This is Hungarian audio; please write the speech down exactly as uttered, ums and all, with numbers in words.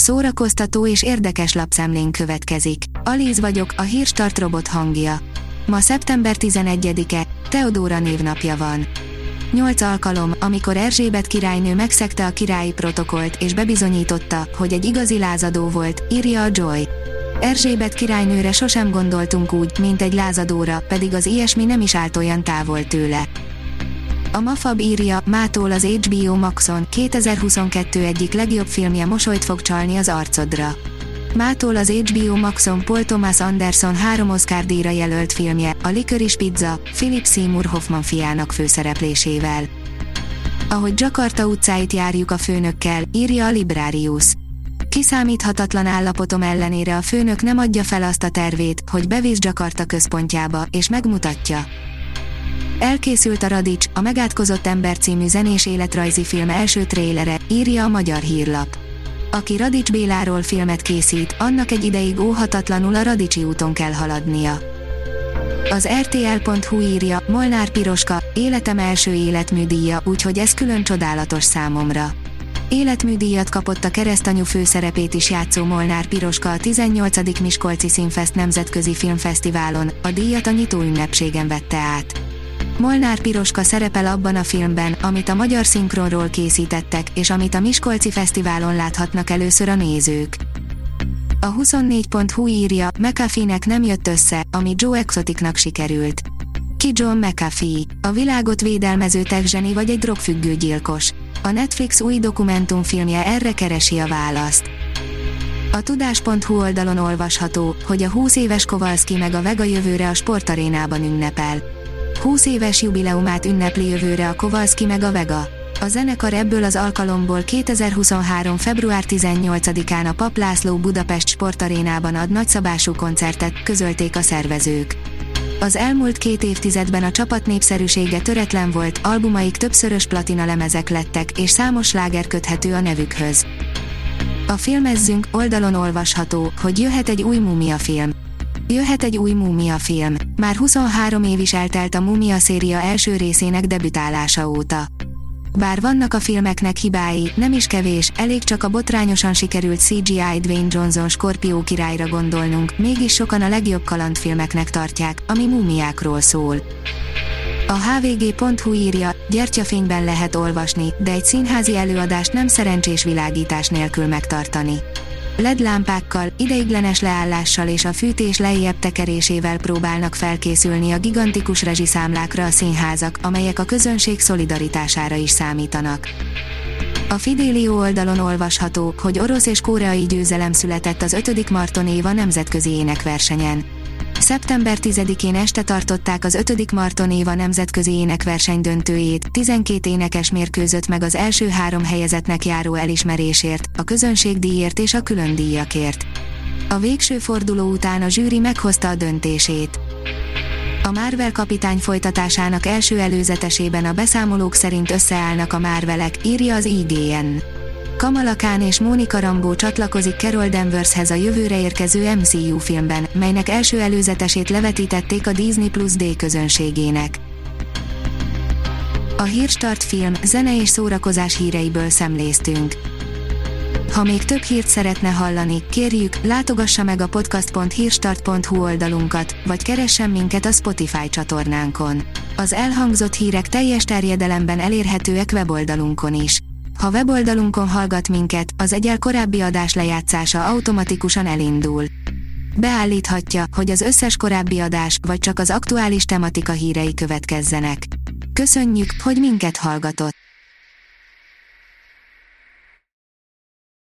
szórakoztató és érdekes lapszemlén következik. Alíz vagyok, a Hírstart robot hangja. Ma szeptember tizenegyedike, Teodóra névnapja van. Nyolc alkalom, amikor Erzsébet királynő megszegte a királyi protokollt és bebizonyította, hogy egy igazi lázadó volt, írja a Joy. Erzsébet királynőre sosem gondoltunk úgy, mint egy lázadóra, pedig az ilyesmi nem is állt olyan távol tőle. A Mafab írja, mától az há bé o Maxon, kétezer-huszonkettő egyik legjobb filmje mosolyt fog csalni az arcodra. Mától az há bé o Maxon Paul Thomas Anderson három Oscar-díjra jelölt filmje, a Licorice Pizza, Philip Seymour Hoffman fiának főszereplésével. Ahogy Jakarta utcáit járjuk a főnökkel, írja a Librarius. Kiszámíthatatlan állapotom ellenére a főnök nem adja fel azt a tervét, hogy bevisz Jakarta központjába, és megmutatja. Elkészült a Radics, a Megátkozott ember című zenés életrajzi film első trélere, írja a Magyar Hírlap. Aki Radics Béláról filmet készít, annak egy ideig óhatatlanul a Radicsi úton kell haladnia. Az er té el pont hu írja, Molnár Piroska, életem első életműdíja, úgyhogy ez külön csodálatos számomra. Életműdíjat kapott a Keresztanyu főszerepét is játszó Molnár Piroska a tizennyolcadik Miskolci Színfest nemzetközi filmfesztiválon, a díjat a nyitó ünnepségen vette át. Molnár Piroska szerepel abban a filmben, amit a magyar szinkronról készítettek, és amit a Miskolci Fesztiválon láthatnak először a nézők. A huszonnégy pont hu írja, McAfee-nek nem jött össze, ami Joe Exoticnak sikerült. Ki John McAfee? A világot védelmező techzseni vagy egy drogfüggő gyilkos? A Netflix új dokumentumfilmje erre keresi a választ. A tudás pont hu oldalon olvasható, hogy a húsz éves Kowalski meg a Vega jövőre a sportarénában ünnepel. húsz éves jubileumát ünnepli jövőre a Kowalski meg a Vega. A zenekar ebből az alkalomból kétezer-huszonhárom február tizennyolcadikán a Papp László Budapest sportarénában ad nagyszabású koncertet, közölték a szervezők. Az elmúlt két évtizedben a csapat népszerűsége töretlen volt, albumaik többszörös platina lemezek lettek, és számos sláger köthető a nevükhöz. A Filmezzünk oldalon olvasható, hogy jöhet egy új Múmia film. Jöhet egy új Múmia film. Már huszonhárom év is eltelt a Múmia széria első részének debütálása óta. Bár vannak a filmeknek hibái, nem is kevés, elég csak a botrányosan sikerült cé gé í Dwayne Johnson Skorpió királyra gondolnunk, mégis sokan a legjobb kalandfilmeknek tartják, ami múmiákról szól. A há vé gé pont hu írja, gyertyafényben lehet olvasni, de egy színházi előadást nem szerencsés világítás nélkül megtartani. el é dé lámpákkal, ideiglenes leállással és a fűtés lejjebb tekerésével próbálnak felkészülni a gigantikus rezsiszámlákra a színházak, amelyek a közönség szolidaritására is számítanak. A Fidelio oldalon olvasható, hogy orosz és koreai győzelem született az ötödik Marton Éva nemzetközi énekversenyen. szeptember tizedikén este tartották az ötödik Marton Éva nemzetközi énekverseny döntőjét, tizenkét énekes mérkőzött meg az első három helyezettnek járó elismerésért, a közönségdíjért és a külön díjakért. A végső forduló után a zsűri meghozta a döntését. A Marvel kapitány folytatásának első előzetesében a beszámolók szerint összeállnak a Marvelek, írja az i gé en. Kamala Khan és Monica Rambeau csatlakozik Carol Danvershez a jövőre érkező em cé u filmben, melynek első előzetesét levetítették a Disney Plus D közönségének. A Hírstart film, zene és szórakozás híreiből szemléztünk. Ha még több hírt szeretne hallani, kérjük, látogassa meg a podcast pont hírstart pont hu oldalunkat, vagy keressen minket a Spotify csatornánkon. Az elhangzott hírek teljes terjedelemben elérhetőek weboldalunkon is. Ha weboldalunkon hallgat minket, az egyel korábbi adás lejátszása automatikusan elindul. Beállíthatja, hogy az összes korábbi adás, vagy csak az aktuális tematika hírei következzenek. Köszönjük, hogy minket hallgatott!